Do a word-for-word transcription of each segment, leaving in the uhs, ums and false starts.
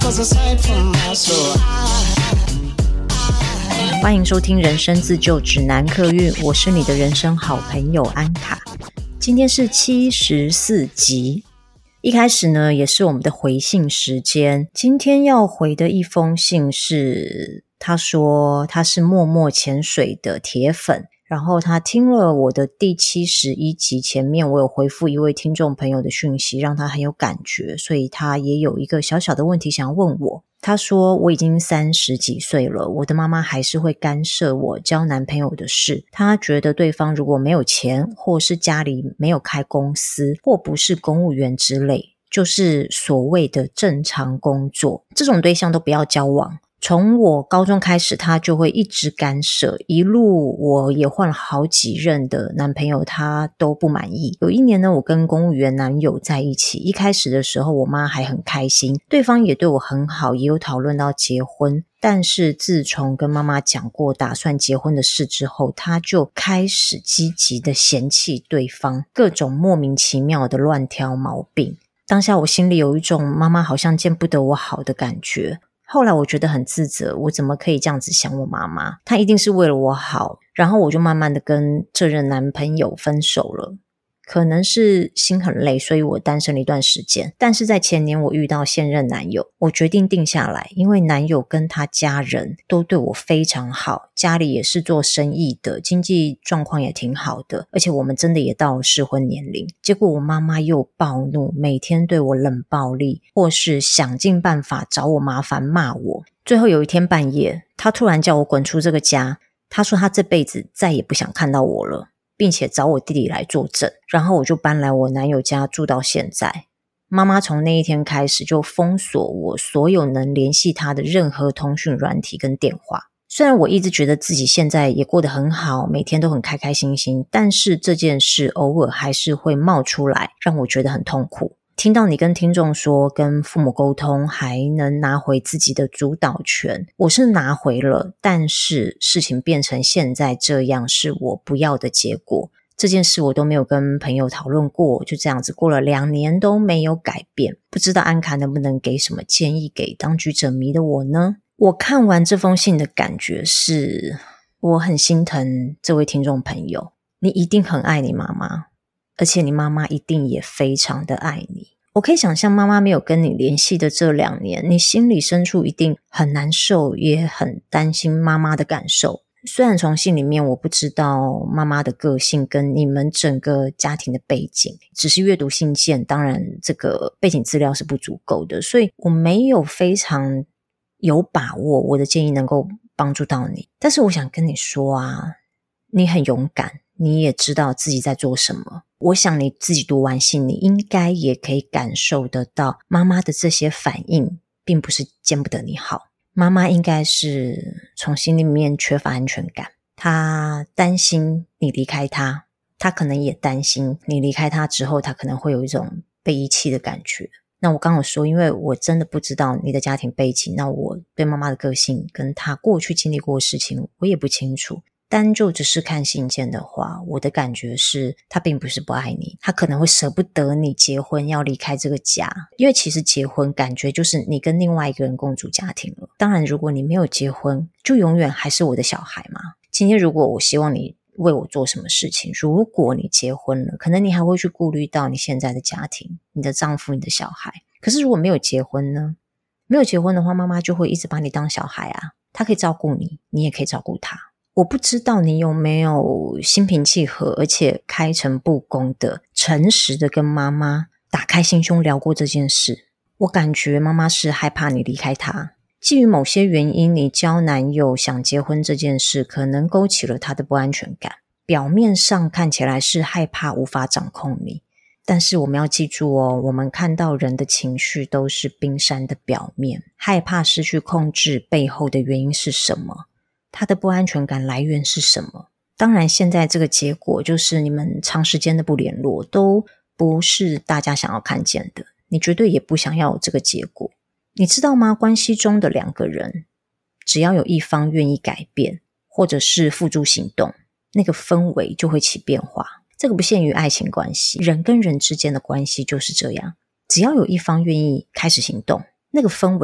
欢迎收听人生自救指南客运，我是你的人生好朋友安卡。今天是七十四集，一开始呢也是我们的回信时间。今天要回的一封信是，他说他是默默潜水的铁粉，然后他听了我的第七十一集前面我有回复一位听众朋友的讯息，让他很有感觉，所以他也有一个小小的问题想要问我。他说我已经三十几岁了，我的妈妈还是会干涉我交男朋友的事。他觉得对方如果没有钱，或是家里没有开公司，或不是公务员之类，就是所谓的正常工作，这种对象都不要交往。从我高中开始他就会一直干涉，一路我也换了好几任的男朋友，他都不满意。有一年呢，我跟公务员男友在一起，一开始的时候我妈还很开心，对方也对我很好，也有讨论到结婚。但是自从跟妈妈讲过打算结婚的事之后，他就开始积极的嫌弃对方，各种莫名其妙的乱挑毛病。当下我心里有一种妈妈好像见不得我好的感觉。后来我觉得很自责，我怎么可以这样子想我妈妈，她一定是为了我好。然后我就慢慢的跟这任男朋友分手了。可能是心很累，所以我单身了一段时间。但是在前年我遇到现任男友，我决定定下来，因为男友跟他家人都对我非常好，家里也是做生意的，经济状况也挺好的，而且我们真的也到了适婚年龄。结果我妈妈又暴怒，每天对我冷暴力，或是想尽办法找我麻烦骂我。最后有一天半夜，她突然叫我滚出这个家，她说她这辈子再也不想看到我了，并且找我弟弟来作证，然后我就搬来我男友家住到现在。妈妈从那一天开始就封锁我所有能联系她的任何通讯软体跟电话。虽然我一直觉得自己现在也过得很好，每天都很开开心心，但是这件事偶尔还是会冒出来，让我觉得很痛苦。听到你跟听众说跟父母沟通还能拿回自己的主导权，我是拿回了，但是事情变成现在这样是我不要的结果。这件事我都没有跟朋友讨论过，就这样子过了两年都没有改变。不知道安卡能不能给什么建议给当局者迷的我呢？我看完这封信的感觉是，我很心疼这位听众朋友，你一定很爱你妈妈，而且你妈妈一定也非常的爱你。我可以想象妈妈没有跟你联系的这两年，你心里深处一定很难受，也很担心妈妈的感受。虽然从信里面我不知道妈妈的个性跟你们整个家庭的背景，只是阅读信件，当然这个背景资料是不足够的，所以我没有非常有把握我的建议能够帮助到你。但是我想跟你说啊，你很勇敢，你也知道自己在做什么。我想你自己读完信，你应该也可以感受得到妈妈的这些反应并不是见不得你好。妈妈应该是从心里面缺乏安全感，她担心你离开她，她可能也担心你离开她之后，她可能会有一种被遗弃的感觉。那我刚有说，因为我真的不知道你的家庭背景，那我对妈妈的个性跟她过去经历过的事情我也不清楚。单就只是看信件的话，我的感觉是他并不是不爱你，他可能会舍不得你结婚要离开这个家，因为其实结婚感觉就是你跟另外一个人共组家庭了。当然如果你没有结婚，就永远还是我的小孩嘛。今天如果我希望你为我做什么事情，如果你结婚了，可能你还会去顾虑到你现在的家庭，你的丈夫，你的小孩。可是如果没有结婚呢？没有结婚的话，妈妈就会一直把你当小孩啊，她可以照顾你，你也可以照顾她。我不知道你有没有心平气和而且开诚布公的诚实的跟妈妈打开心胸聊过这件事。我感觉妈妈是害怕你离开她，基于某些原因，你交男友想结婚这件事可能勾起了她的不安全感，表面上看起来是害怕无法掌控你，但是我们要记住哦，我们看到人的情绪都是冰山的表面，害怕失去控制背后的原因是什么，他的不安全感来源是什么。当然现在这个结果就是你们长时间的不联络，都不是大家想要看见的，你绝对也不想要有这个结果。你知道吗？关系中的两个人，只要有一方愿意改变，或者是付诸行动，那个氛围就会起变化。这个不限于爱情关系，人跟人之间的关系就是这样，只要有一方愿意开始行动，那个氛围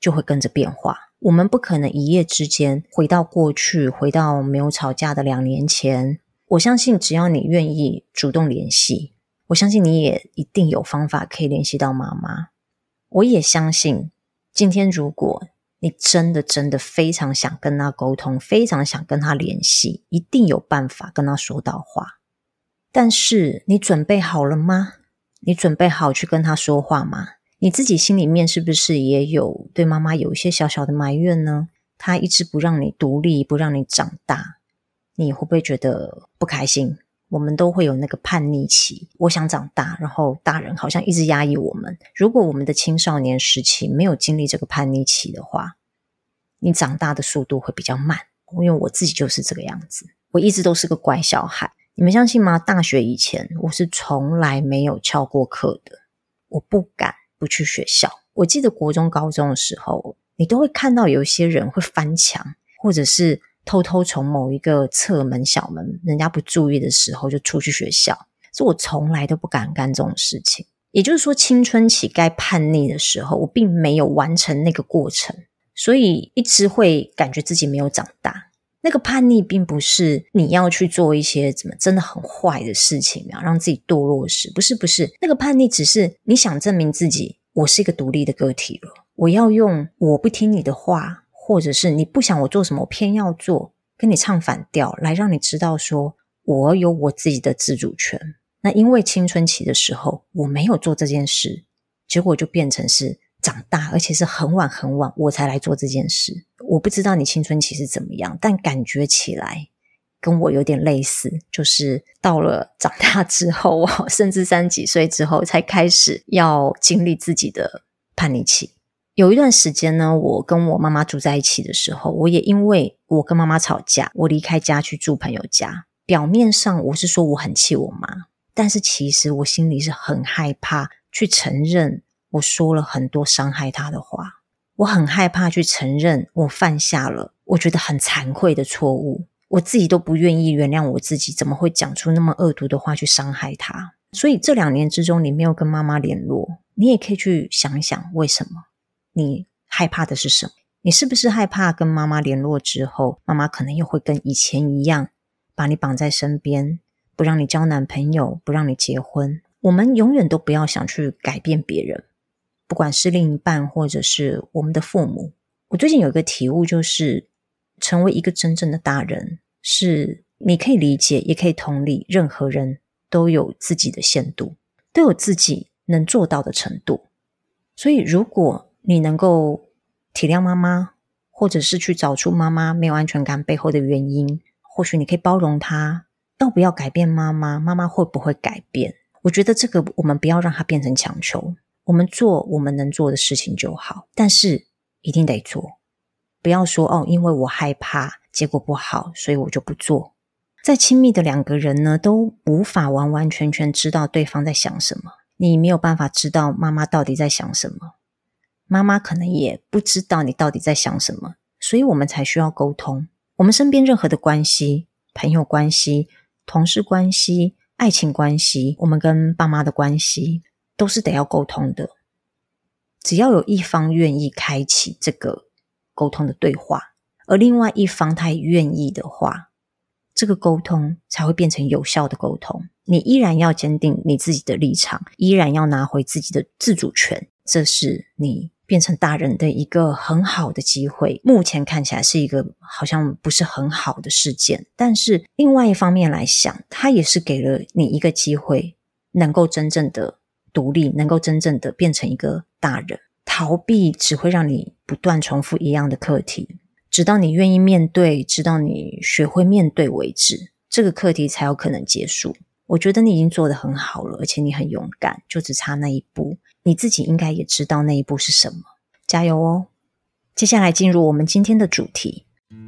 就会跟着变化。我们不可能一夜之间回到过去，回到没有吵架的两年前。我相信只要你愿意主动联系，我相信你也一定有方法可以联系到妈妈。我也相信今天如果你真的真的非常想跟他沟通，非常想跟他联系，一定有办法跟他说到话。但是你准备好了吗？你准备好去跟他说话吗？你自己心里面是不是也有对妈妈有一些小小的埋怨呢？她一直不让你独立，不让你长大，你会不会觉得不开心？我们都会有那个叛逆期，我想长大，然后大人好像一直压抑我们。如果我们的青少年时期没有经历这个叛逆期的话，你长大的速度会比较慢。因为我自己就是这个样子，我一直都是个乖小孩。你们相信吗？大学以前我是从来没有翘过课的，我不敢不去学校。我记得国中高中的时候，你都会看到有一些人会翻墙，或者是偷偷从某一个侧门小门人家不注意的时候就出去学校，所以我从来都不敢干这种事情。也就是说青春期该叛逆的时候，我并没有完成那个过程，所以一直会感觉自己没有长大。那个叛逆并不是你要去做一些怎么真的很坏的事情啊，让自己堕落时，不是不是，那个叛逆只是你想证明自己，我是一个独立的个体了，我要用我不听你的话，或者是你不想我做什么我偏要做，跟你唱反调，来让你知道说我有我自己的自主权。那因为青春期的时候我没有做这件事，结果就变成是长大，而且是很晚很晚我才来做这件事。我不知道你青春期是怎么样，但感觉起来跟我有点类似，就是到了长大之后，甚至三十几岁之后才开始要经历自己的叛逆期。有一段时间呢，我跟我妈妈住在一起的时候，我也因为我跟妈妈吵架，我离开家去住朋友家。表面上我是说我很气我妈，但是其实我心里是很害怕去承认我说了很多伤害她的话，我很害怕去承认我犯下了我觉得很惭愧的错误，我自己都不愿意原谅我自己，怎么会讲出那么恶毒的话去伤害她。所以这两年之中你没有跟妈妈联络，你也可以去想一想为什么，你害怕的是什么？你是不是害怕跟妈妈联络之后，妈妈可能又会跟以前一样把你绑在身边，不让你交男朋友，不让你结婚。我们永远都不要想去改变别人，不管是另一半或者是我们的父母。我最近有一个体悟，就是成为一个真正的大人，是你可以理解也可以同理，任何人都有自己的限度，都有自己能做到的程度。所以如果你能够体谅妈妈，或者是去找出妈妈没有安全感背后的原因，或许你可以包容她。要不要改变妈妈？妈妈会不会改变？我觉得这个我们不要让它变成强求，我们做我们能做的事情就好，但是一定得做。不要说哦，因为我害怕结果不好，所以我就不做。再亲密的两个人呢，都无法完完全全知道对方在想什么，你没有办法知道妈妈到底在想什么，妈妈可能也不知道你到底在想什么，所以我们才需要沟通。我们身边任何的关系，朋友关系、同事关系、爱情关系，我们跟爸妈的关系，都是得要沟通的。只要有一方愿意开启这个沟通的对话，而另外一方他也愿意的话，这个沟通才会变成有效的沟通。你依然要坚定你自己的立场，依然要拿回自己的自主权，这是你变成大人的一个很好的机会。目前看起来是一个好像不是很好的事件，但是另外一方面来想，它也是给了你一个机会，能够真正的独立，能够真正的变成一个大人。逃避只会让你不断重复一样的课题，直到你愿意面对，直到你学会面对为止，这个课题才有可能结束。我觉得你已经做得很好了，而且你很勇敢，就只差那一步，你自己应该也知道那一步是什么。加油哦！接下来进入我们今天的主题。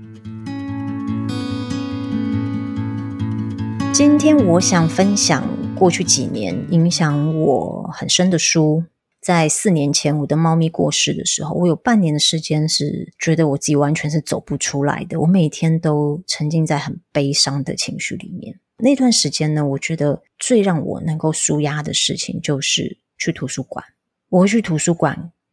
今天我想分享过去几年影响我很深的书。在四年前我的猫咪过世的时候，我有半年的时间是觉得我自己完全是走不出来的，我每天都沉浸在很悲伤的情绪里面。那段时间呢，我觉得最让我能够抒压的事情就是去图书馆。我会去图书馆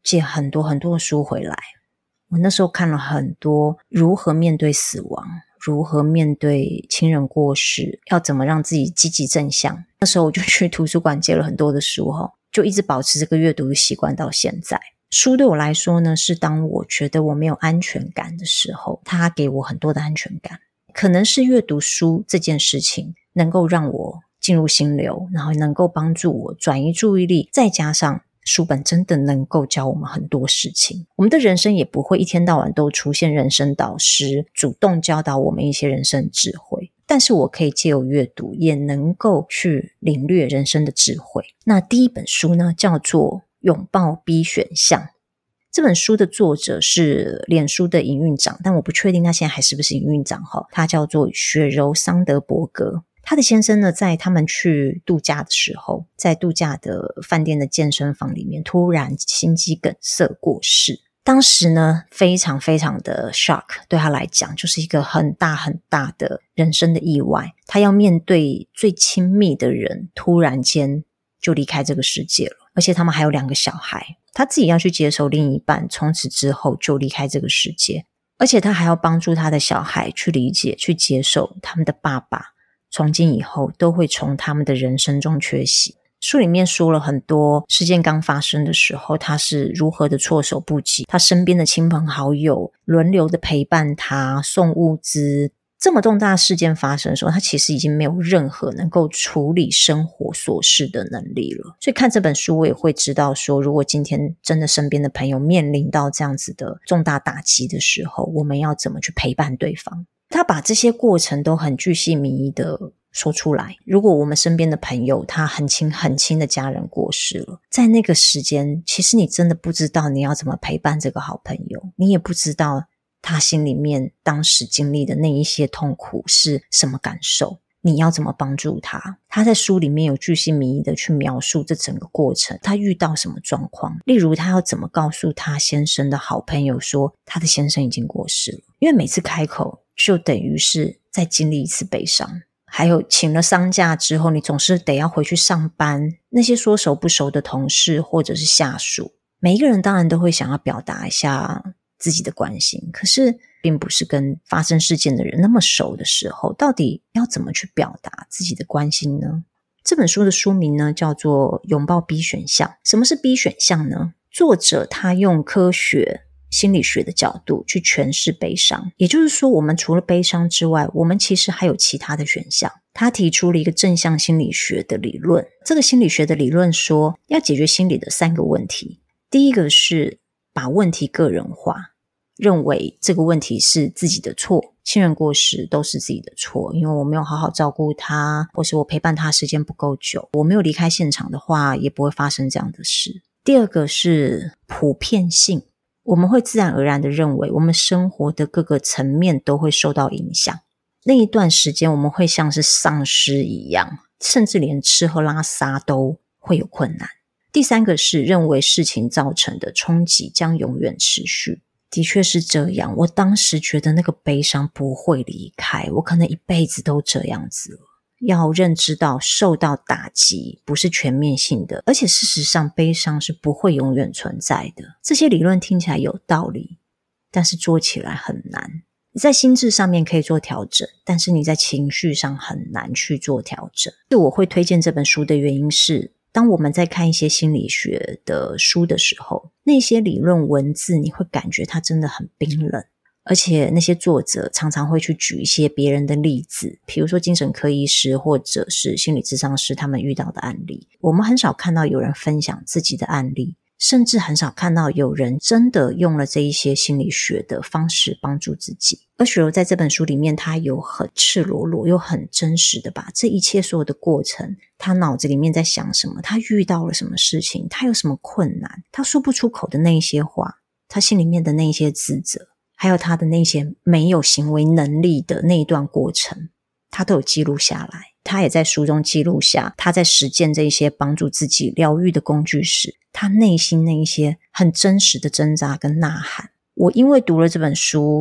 借很多很多的书回来。我那时候看了很多如何面对死亡，如何面对亲人过世，要怎么让自己积极正向。那时候我就去图书馆借了很多的书，就一直保持这个阅读的习惯到现在。书对我来说呢，是当我觉得我没有安全感的时候，它给我很多的安全感。可能是阅读书这件事情能够让我进入心流，然后能够帮助我转移注意力，再加上书本真的能够教我们很多事情。我们的人生也不会一天到晚都出现人生导师主动教导我们一些人生智慧，但是我可以借由阅读也能够去领略人生的智慧。那第一本书呢，叫做拥抱 B 选项。这本书的作者是脸书的营运长，但我不确定他现在还是不是营运长，他叫做雪柔桑德伯格。他的先生呢，在他们去度假的时候，在度假的饭店的健身房里面突然心肌梗塞过世。当时呢，非常非常的 shock， 对他来讲就是一个很大很大的人生的意外。他要面对最亲密的人突然间就离开这个世界了，而且他们还有两个小孩，他自己要去接手另一半，从此之后就离开这个世界。而且他还要帮助他的小孩去理解，去接受他们的爸爸从今以后都会从他们的人生中缺席。书里面说了很多事件刚发生的时候他是如何的措手不及，他身边的亲朋好友轮流的陪伴他，送物资。这么重大的事件发生的时候，他其实已经没有任何能够处理生活琐事的能力了。所以看这本书我也会知道说，如果今天真的身边的朋友面临到这样子的重大打击的时候，我们要怎么去陪伴对方。他把这些过程都很巨细靡遗的说出来。如果我们身边的朋友他很亲很亲的家人过世了，在那个时间其实你真的不知道你要怎么陪伴这个好朋友，你也不知道他心里面当时经历的那一些痛苦是什么感受，你要怎么帮助他。他在书里面有巨细靡遗的去描述这整个过程，他遇到什么状况，例如他要怎么告诉他先生的好朋友说他的先生已经过世了，因为每次开口就等于是再经历一次悲伤。还有请了丧假之后，你总是得要回去上班，那些说熟不熟的同事或者是下属，每一个人当然都会想要表达一下自己的关心，可是并不是跟发生事件的人那么熟的时候，到底要怎么去表达自己的关心呢？这本书的书名呢叫做拥抱 B 选项。什么是 B 选项呢？作者他用科学心理学的角度去诠释悲伤，也就是说我们除了悲伤之外，我们其实还有其他的选项。他提出了一个正向心理学的理论，这个心理学的理论说要解决心理的三个问题。第一个是把问题个人化，认为这个问题是自己的错，亲人过世都是自己的错，因为我没有好好照顾他，或是我陪伴他时间不够久，我没有离开现场的话也不会发生这样的事。第二个是普遍性，我们会自然而然的认为我们生活的各个层面都会受到影响，那一段时间我们会像是丧尸一样，甚至连吃喝拉撒都会有困难。第三个是认为事情造成的冲击将永远持续。的确是这样，我当时觉得那个悲伤不会离开，我可能一辈子都这样子了。要认知到受到打击不是全面性的，而且事实上悲伤是不会永远存在的。这些理论听起来有道理，但是做起来很难。你在心智上面可以做调整，但是你在情绪上很难去做调整。所以我会推荐这本书的原因是，当我们在看一些心理学的书的时候，那些理论文字你会感觉它真的很冰冷，而且那些作者常常会去举一些别人的例子，比如说精神科医师或者是心理咨商师他们遇到的案例。我们很少看到有人分享自己的案例，甚至很少看到有人真的用了这一些心理学的方式帮助自己。而雪柔在这本书里面，他有很赤裸裸又很真实的把这一切所有的过程，他脑子里面在想什么，他遇到了什么事情，他有什么困难，他说不出口的那一些话，他心里面的那一些自责，还有他的那些没有行为能力的那一段过程，他都有记录下来。他也在书中记录下他在实践这些帮助自己疗愈的工具时，他内心那一些很真实的挣扎跟呐喊。我因为读了这本书，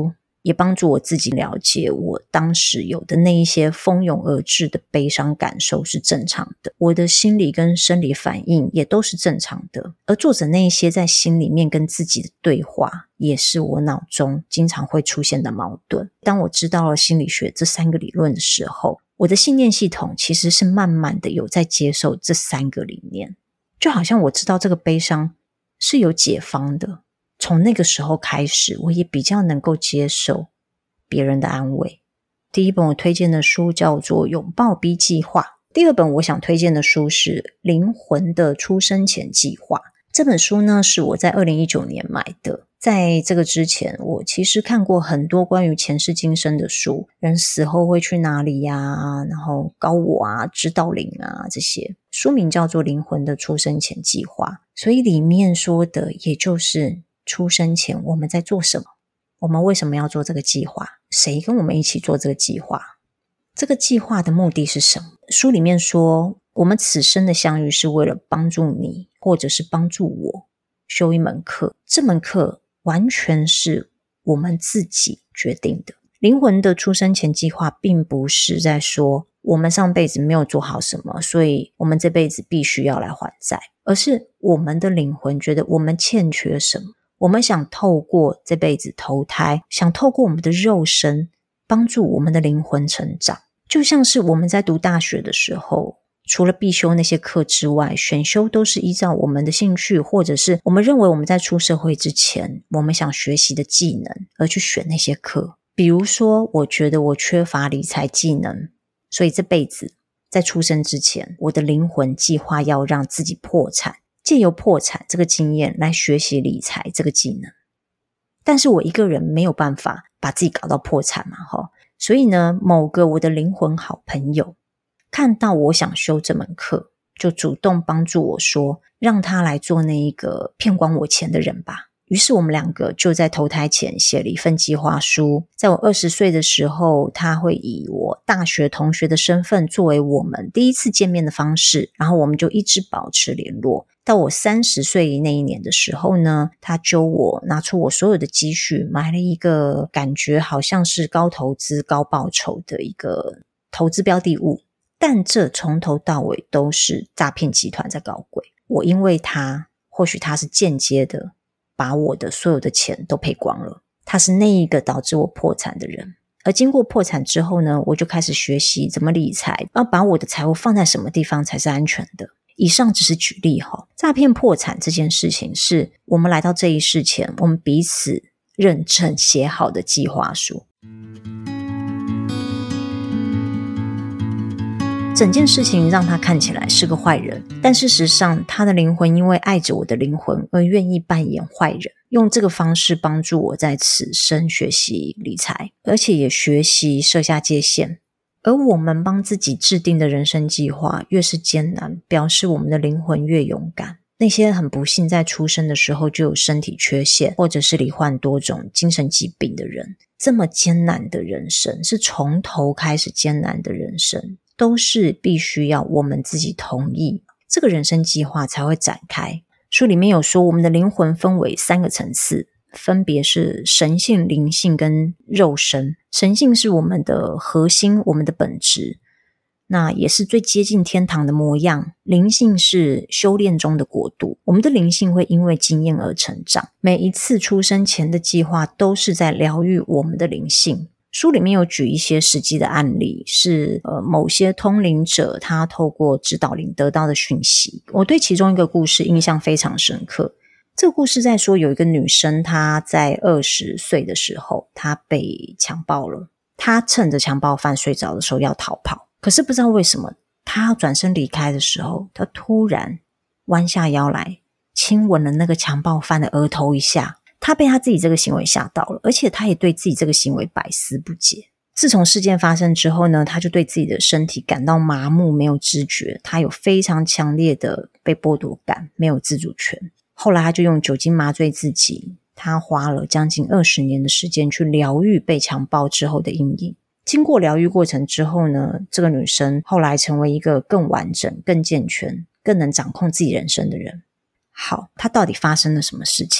也帮助我自己了解我当时有的那一些蜂拥而至的悲伤感受是正常的，我的心理跟生理反应也都是正常的，而作者那一些在心里面跟自己的对话也是我脑中经常会出现的矛盾。当我知道了心理学这三个理论的时候，我的信念系统其实是慢慢的有在接受这三个理念，就好像我知道这个悲伤是有解方的，从那个时候开始我也比较能够接受别人的安慰。第一本我推荐的书叫做《拥抱 B 计划》，第二本我想推荐的书是《灵魂的出生前计划》。这本书呢是我在二零一九年买的，在这个之前我其实看过很多关于前世今生的书，人死后会去哪里呀，然后高我啊、指导灵啊，这些书名叫做《灵魂的出生前计划》，所以里面说的也就是出生前我们在做什么，我们为什么要做这个计划，谁跟我们一起做这个计划，这个计划的目的是什么。书里面说我们此生的相遇是为了帮助你或者是帮助我修一门课，这门课完全是我们自己决定的。灵魂的出生前计划并不是在说我们上辈子没有做好什么，所以我们这辈子必须要来还债，而是我们的灵魂觉得我们欠缺什么，我们想透过这辈子投胎，想透过我们的肉身帮助我们的灵魂成长。就像是我们在读大学的时候，除了必修那些课之外，选修都是依照我们的兴趣，或者是我们认为我们在出社会之前我们想学习的技能而去选那些课。比如说我觉得我缺乏理财技能，所以这辈子在出生之前，我的灵魂计划要让自己破产，借由破产这个经验来学习理财这个技能。但是我一个人没有办法把自己搞到破产嘛，齁。所以呢，某个我的灵魂好朋友看到我想修这门课，就主动帮助我说让他来做那一个骗光我钱的人吧。于是我们两个就在投胎前写了一份计划书，在我二十岁的时候，他会以我大学同学的身份作为我们第一次见面的方式，然后我们就一直保持联络。到我三十岁那一年的时候呢，他揪我拿出我所有的积蓄，买了一个感觉好像是高投资高报酬的一个投资标的物，但这从头到尾都是诈骗集团在搞鬼。我因为他，或许他是间接的把我的所有的钱都赔光了，他是那一个导致我破产的人。而经过破产之后呢，我就开始学习怎么理财，要把我的财务放在什么地方才是安全的。以上只是举例齁，诈骗破产这件事情是我们来到这一世前，我们彼此认证写好的计划书。整件事情让他看起来是个坏人，但事实上他的灵魂因为爱着我的灵魂而愿意扮演坏人，用这个方式帮助我在此生学习理财，而且也学习设下界限。而我们帮自己制定的人生计划越是艰难，表示我们的灵魂越勇敢。那些很不幸在出生的时候就有身体缺陷，或者是罹患多种精神疾病的人，这么艰难的人生，是从头开始艰难的人生，都是必须要我们自己同意，这个人生计划才会展开。书里面有说，我们的灵魂分为三个层次，分别是神性、灵性跟肉身。神性是我们的核心，我们的本质，那也是最接近天堂的模样。灵性是修炼中的国度，我们的灵性会因为经验而成长。每一次出生前的计划都是在疗愈我们的灵性。书里面有举一些实际的案例，是呃某些通灵者他透过指导灵得到的讯息。我对其中一个故事印象非常深刻。这个故事在说有一个女生，她在二十岁的时候她被强暴了，她趁着强暴犯睡着的时候要逃跑，可是不知道为什么她要转身离开的时候，她突然弯下腰来亲吻了那个强暴犯的额头一下。她被她自己这个行为吓到了，而且她也对自己这个行为百思不解。自从事件发生之后呢，她就对自己的身体感到麻木，没有知觉，她有非常强烈的被剥夺感，没有自主权。后来他就用酒精麻醉自己，他花了将近二十年的时间去疗愈被强暴之后的阴影。经过疗愈过程之后呢，这个女生后来成为一个更完整、更健全、更能掌控自己人生的人。好，她到底发生了什么事情？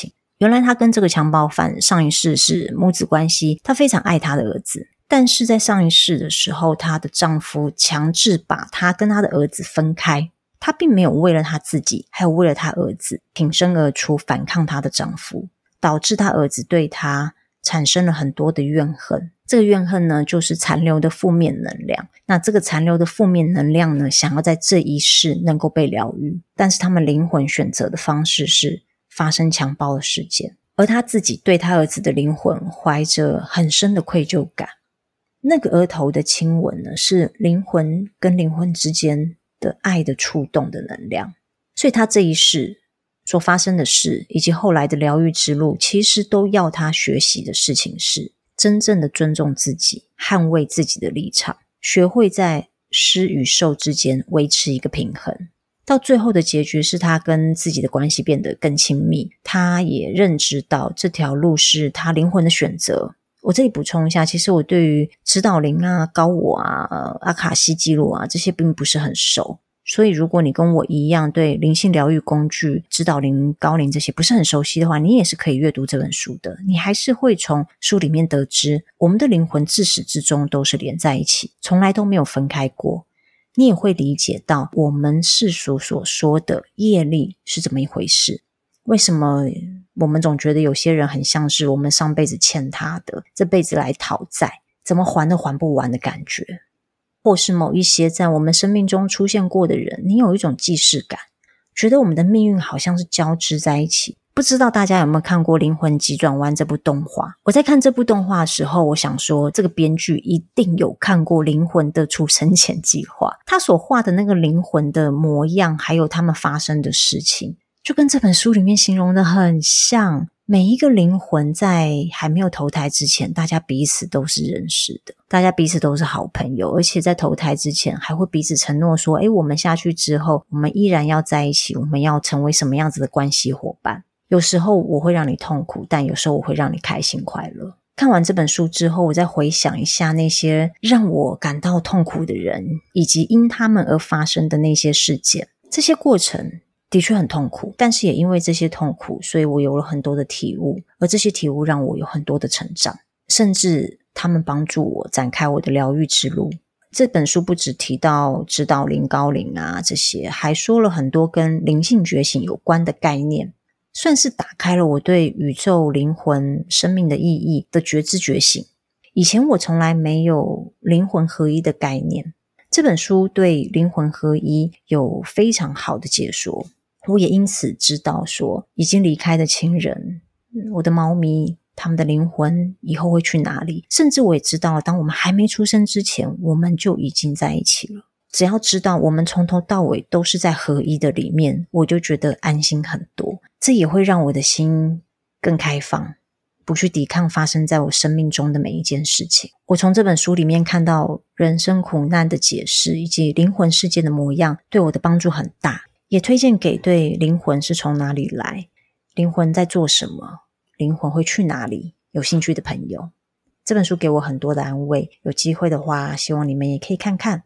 原来他跟这个强暴犯上一世是母子关系，他非常爱他的儿子，但是在上一世的时候，她的丈夫强制把她跟她的儿子分开，她并没有为了她自己还有为了她儿子挺身而出反抗她的丈夫，导致她儿子对她产生了很多的怨恨。这个怨恨呢，就是残留的负面能量。那这个残留的负面能量呢，想要在这一世能够被疗愈，但是他们灵魂选择的方式是发生强暴的事件，而他自己对他儿子的灵魂怀着很深的愧疚感。那个额头的亲吻呢，是灵魂跟灵魂之间的爱的触动的能量。所以他这一世所发生的事，以及后来的疗愈之路，其实都要他学习的事情是真正的尊重自己，捍卫自己的立场，学会在施与受之间维持一个平衡。到最后的结局是他跟自己的关系变得更亲密，他也认知到这条路是他灵魂的选择。我这里补充一下，其实我对于指导灵啊、高我啊、呃、阿卡西记录啊这些并不是很熟，所以如果你跟我一样对灵性疗愈工具、指导灵、高灵这些不是很熟悉的话，你也是可以阅读这本书的。你还是会从书里面得知，我们的灵魂自始至终都是连在一起，从来都没有分开过。你也会理解到我们世俗所说的业力是怎么一回事。为什么我们总觉得有些人很像是我们上辈子欠他的，这辈子来讨债，怎么还都还不完的感觉。或是某一些在我们生命中出现过的人，你有一种既视感，觉得我们的命运好像是交织在一起。不知道大家有没有看过《灵魂急转弯》这部动画？我在看这部动画的时候，我想说这个编剧一定有看过《灵魂的出生前计划》，他所画的那个灵魂的模样，还有他们发生的事情，就跟这本书里面形容的很像。每一个灵魂在还没有投胎之前，大家彼此都是认识的，大家彼此都是好朋友，而且在投胎之前还会彼此承诺说，诶，我们下去之后我们依然要在一起，我们要成为什么样子的关系伙伴。有时候我会让你痛苦，但有时候我会让你开心快乐。看完这本书之后，我再回想一下那些让我感到痛苦的人，以及因他们而发生的那些事件，这些过程的确很痛苦，但是也因为这些痛苦，所以我有了很多的体悟，而这些体悟让我有很多的成长，甚至他们帮助我展开我的疗愈之路。这本书不只提到指导灵、高灵啊这些，还说了很多跟灵性觉醒有关的概念，算是打开了我对宇宙、灵魂、生命的意义的觉知觉醒。以前我从来没有灵魂合一的概念，这本书对灵魂合一有非常好的解说。我也因此知道说，已经离开的亲人，我的猫咪，他们的灵魂以后会去哪里，甚至我也知道当我们还没出生之前，我们就已经在一起了。只要知道我们从头到尾都是在合一的里面，我就觉得安心很多。这也会让我的心更开放，不去抵抗发生在我生命中的每一件事情。我从这本书里面看到人生苦难的解释，以及灵魂世界的模样，对我的帮助很大。也推荐给对灵魂是从哪里来，灵魂在做什么，灵魂会去哪里有兴趣的朋友。这本书给我很多的安慰，有机会的话希望你们也可以看看。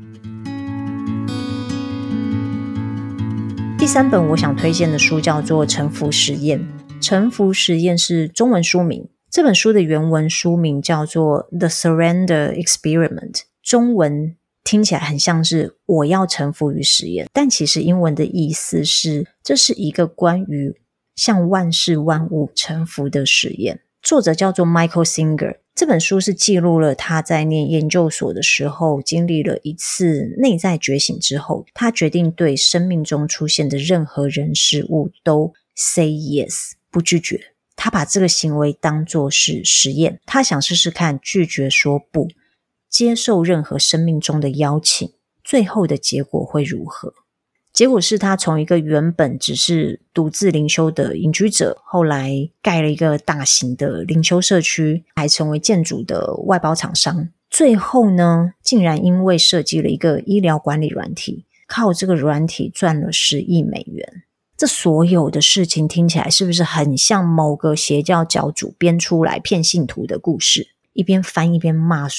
第三本我想推荐的书叫做《臣服实验》。臣服实验是中文书名，这本书的原文书名叫做 The Surrender Experiment， 中文听起来很像是我要臣服于实验，但其实英文的意思是这是一个关于向万事万物臣服的实验。作者叫做 Michael Singer， 这本书是记录了他在念研究所的时候经历了一次内在觉醒之后，他决定对生命中出现的任何人事物都 say yes， 不拒绝。他把这个行为当作是实验，他想试试看拒绝说不，接受任何生命中的邀请，最后的结果会如何。结果是他从一个原本只是独自灵修的隐居者，后来盖了一个大型的灵修社区，还成为建筑的外包厂商。最后呢，竟然因为设计了一个医疗管理软体，靠这个软体赚了十亿美元。这所有的事情听起来是不是很像某个邪教教主编出来骗信徒的故事？一边翻一边骂说，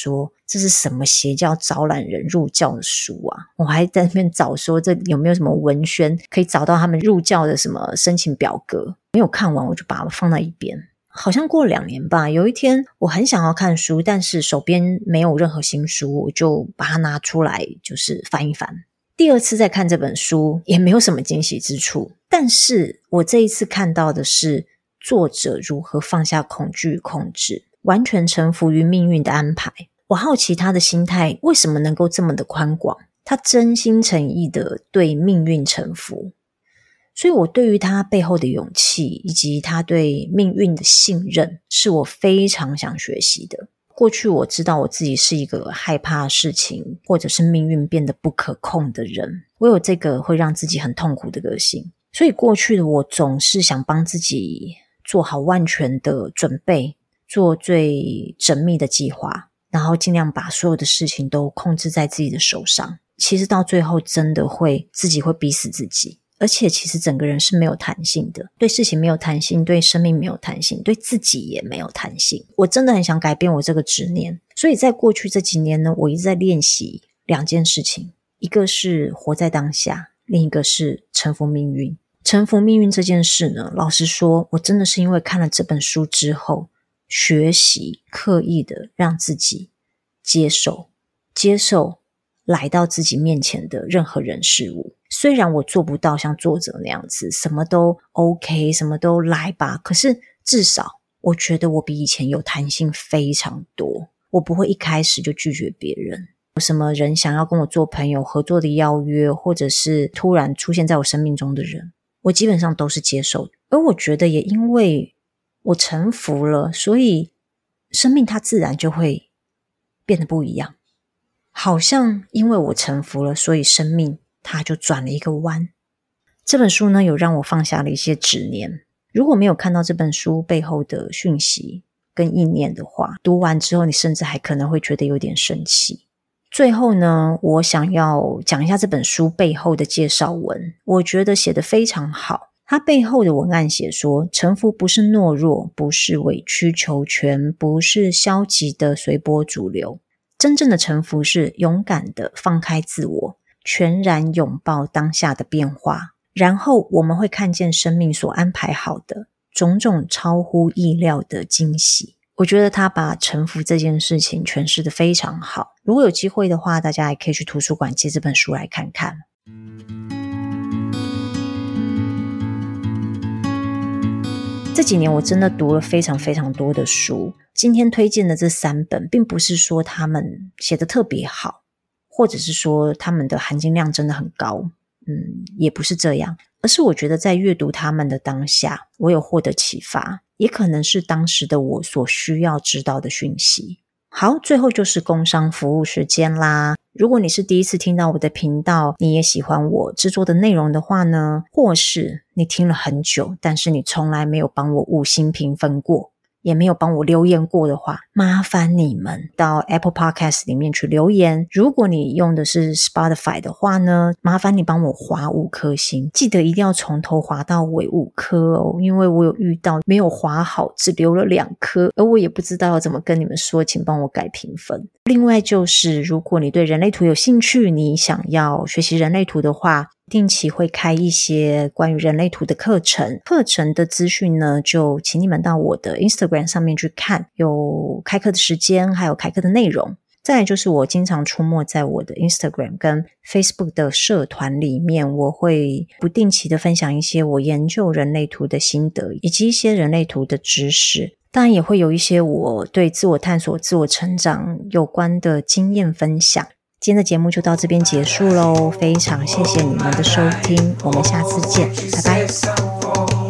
这是什么邪教招揽人入教的书啊？我还在那边找说这有没有什么文宣可以找到他们入教的什么申请表格，没有看完我就把它放在一边。好像过了两年吧，有一天我很想要看书，但是手边没有任何新书，我就把它拿出来就是翻一翻。第二次再看这本书也没有什么惊喜之处，但是我这一次看到的是作者如何放下恐惧与控制，完全臣服于命运的安排。我好奇他的心态为什么能够这么的宽广，他真心诚意的对命运臣服。所以我对于他背后的勇气以及他对命运的信任是我非常想学习的。过去我知道我自己是一个害怕事情或者是命运变得不可控的人，我有这个会让自己很痛苦的个性，所以过去的我总是想帮自己做好万全的准备，做最缜密的计划，然后尽量把所有的事情都控制在自己的手上。其实到最后真的会自己会逼死自己，而且其实整个人是没有弹性的，对事情没有弹性，对生命没有弹性，对自己也没有弹性。我真的很想改变我这个执念，所以在过去这几年呢，我一直在练习两件事情，一个是活在当下，另一个是臣服命运。臣服命运这件事呢，老实说我真的是因为看了这本书之后学习刻意的让自己接受接受来到自己面前的任何人事物。虽然我做不到像作者那样子什么都 OK 什么都来吧，可是至少我觉得我比以前有弹性非常多。我不会一开始就拒绝别人，有什么人想要跟我做朋友合作的邀约，或者是突然出现在我生命中的人，我基本上都是接受的。而我觉得也因为我臣服了，所以生命它自然就会变得不一样。好像因为我臣服了，所以生命它就转了一个弯。这本书呢，有让我放下了一些执念。如果没有看到这本书背后的讯息跟意念的话，读完之后你甚至还可能会觉得有点生气。最后呢，我想要讲一下这本书背后的介绍文，我觉得写得非常好。它背后的文案写说，臣服不是懦弱，不是委曲求全，不是消极的随波逐流，真正的臣服是勇敢的放开自我，全然拥抱当下的变化，然后我们会看见生命所安排好的种种超乎意料的惊喜。我觉得他把臣服这件事情诠释得非常好，如果有机会的话，大家也可以去图书馆借这本书来看看。这几年我真的读了非常非常多的书，今天推荐的这三本并不是说他们写得特别好，或者是说他们的含金量真的很高，嗯，也不是这样，而是我觉得在阅读他们的当下，我有获得启发，也可能是当时的我所需要知道的讯息。好，最后就是工商服务时间啦。如果你是第一次听到我的频道，你也喜欢我制作的内容的话呢，或是你听了很久，但是你从来没有帮我五星评分过，也没有帮我留言过的话，麻烦你们到 Apple Podcast 里面去留言。如果你用的是 Spotify 的话呢，麻烦你帮我滑五颗星，记得一定要从头滑到尾五颗哦，因为我有遇到没有滑好只留了两颗，而我也不知道要怎么跟你们说，请帮我改评分。另外就是如果你对人类图有兴趣，你想要学习人类图的话，定期会开一些关于人类图的课程，课程的资讯呢，就请你们到我的 Instagram 上面去看，有开课的时间，还有开课的内容。再来就是我经常出没在我的 Instagram 跟 Facebook 的社团里面，我会不定期的分享一些我研究人类图的心得，以及一些人类图的知识。当然也会有一些我对自我探索、自我成长有关的经验分享。今天的节目就到这边结束咯，非常谢谢你们的收听，我们下次见，拜拜。